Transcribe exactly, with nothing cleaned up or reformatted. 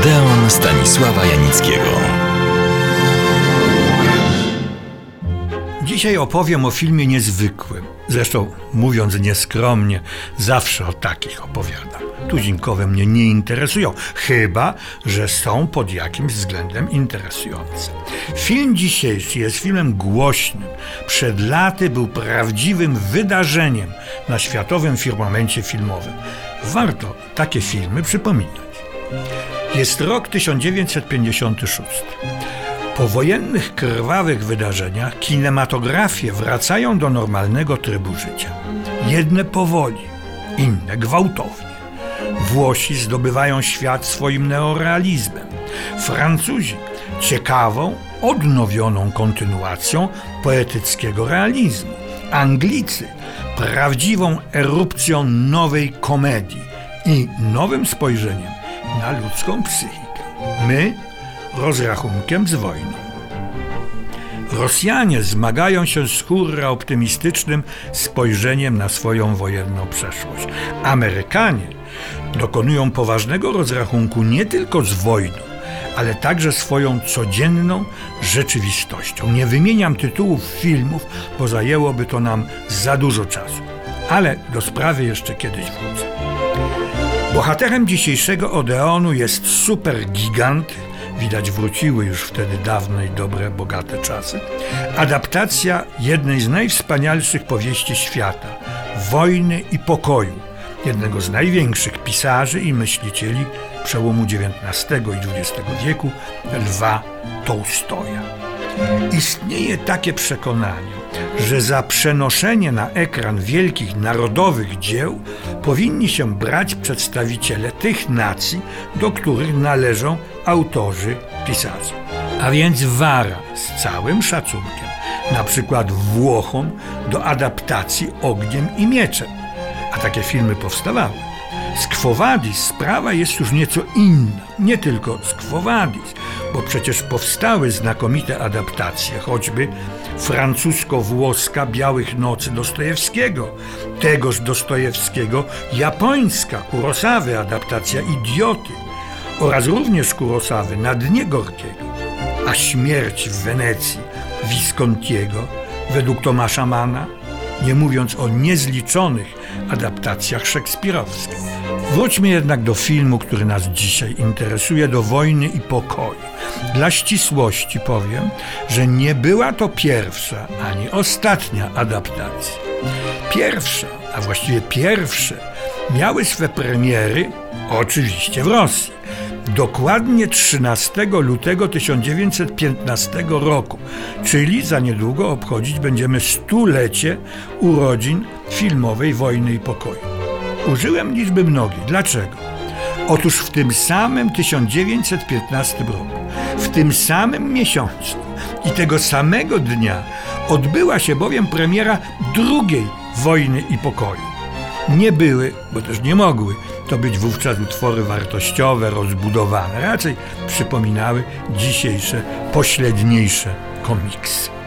Odeon Stanisława Janickiego. Dzisiaj opowiem o filmie niezwykłym. Zresztą, mówiąc nieskromnie, zawsze o takich opowiadam. Tuzinkowe mnie nie interesują, chyba że są pod jakimś względem interesujące. Film dzisiejszy jest filmem głośnym. Przed laty był prawdziwym wydarzeniem na światowym firmamencie filmowym. Warto takie filmy przypominać. Jest rok tysiąc dziewięćset pięćdziesiąty szósty. Po wojennych, krwawych wydarzeniach kinematografie wracają do normalnego trybu życia. Jedne powoli, inne gwałtownie. Włosi zdobywają świat swoim neorealizmem. Francuzi ciekawą, odnowioną kontynuacją poetyckiego realizmu. Anglicy prawdziwą erupcją nowej komedii i nowym spojrzeniem na ludzką psychikę. My rozrachunkiem z wojną. Rosjanie zmagają się z hurra optymistycznym spojrzeniem na swoją wojenną przeszłość. Amerykanie dokonują poważnego rozrachunku nie tylko z wojną, ale także swoją codzienną rzeczywistością. Nie wymieniam tytułów filmów, bo zajęłoby to nam za dużo czasu. Ale do sprawy jeszcze kiedyś wrócę. Bohaterem dzisiejszego Odeonu jest supergigant, widać wróciły już wtedy dawne i dobre, bogate czasy, adaptacja jednej z najwspanialszych powieści świata, Wojny i Pokoju, jednego z największych pisarzy i myślicieli przełomu dziewiętnastego i dwudziestego wieku, Lwa Tołstoja. Istnieje takie przekonanie, że za przenoszenie na ekran wielkich narodowych dzieł powinni się brać przedstawiciele tych nacji, do których należą autorzy, pisarze. A więc wara z całym szacunkiem, na przykład Włochom do adaptacji Ogniem i Mieczem, a takie filmy powstawały. Z Quo Vadis sprawa jest już nieco inna, nie tylko z Quo Vadis, bo przecież powstały znakomite adaptacje, choćby francusko-włoska Białych Nocy Dostojewskiego, tegoż Dostojewskiego japońska Kurosawy, adaptacja Idioty, oraz również Kurosawy Na dnie Gorkiego, a Śmierć w Wenecji Viscontiego według Tomasza Manna, nie mówiąc o niezliczonych adaptacjach szekspirowskich. Wróćmy jednak do filmu, który nas dzisiaj interesuje, do Wojny i Pokoju. Dla ścisłości powiem, że nie była to pierwsza ani ostatnia adaptacja. Pierwsza, a właściwie pierwsze, miały swe premiery oczywiście w Rosji. Dokładnie trzynastego lutego tysiąc dziewięćset piętnastego roku, czyli za niedługo obchodzić będziemy stulecie urodzin filmowej Wojny i Pokoju. Użyłem liczby mnogiej. Dlaczego? Otóż w tym samym tysiąc dziewięćset piętnastym roku, w tym samym miesiącu i tego samego dnia odbyła się bowiem premiera drugiej Wojny i Pokoju. Nie były, bo też nie mogły to być wówczas utwory wartościowe, rozbudowane. Raczej przypominały dzisiejsze, pośredniejsze komiksy.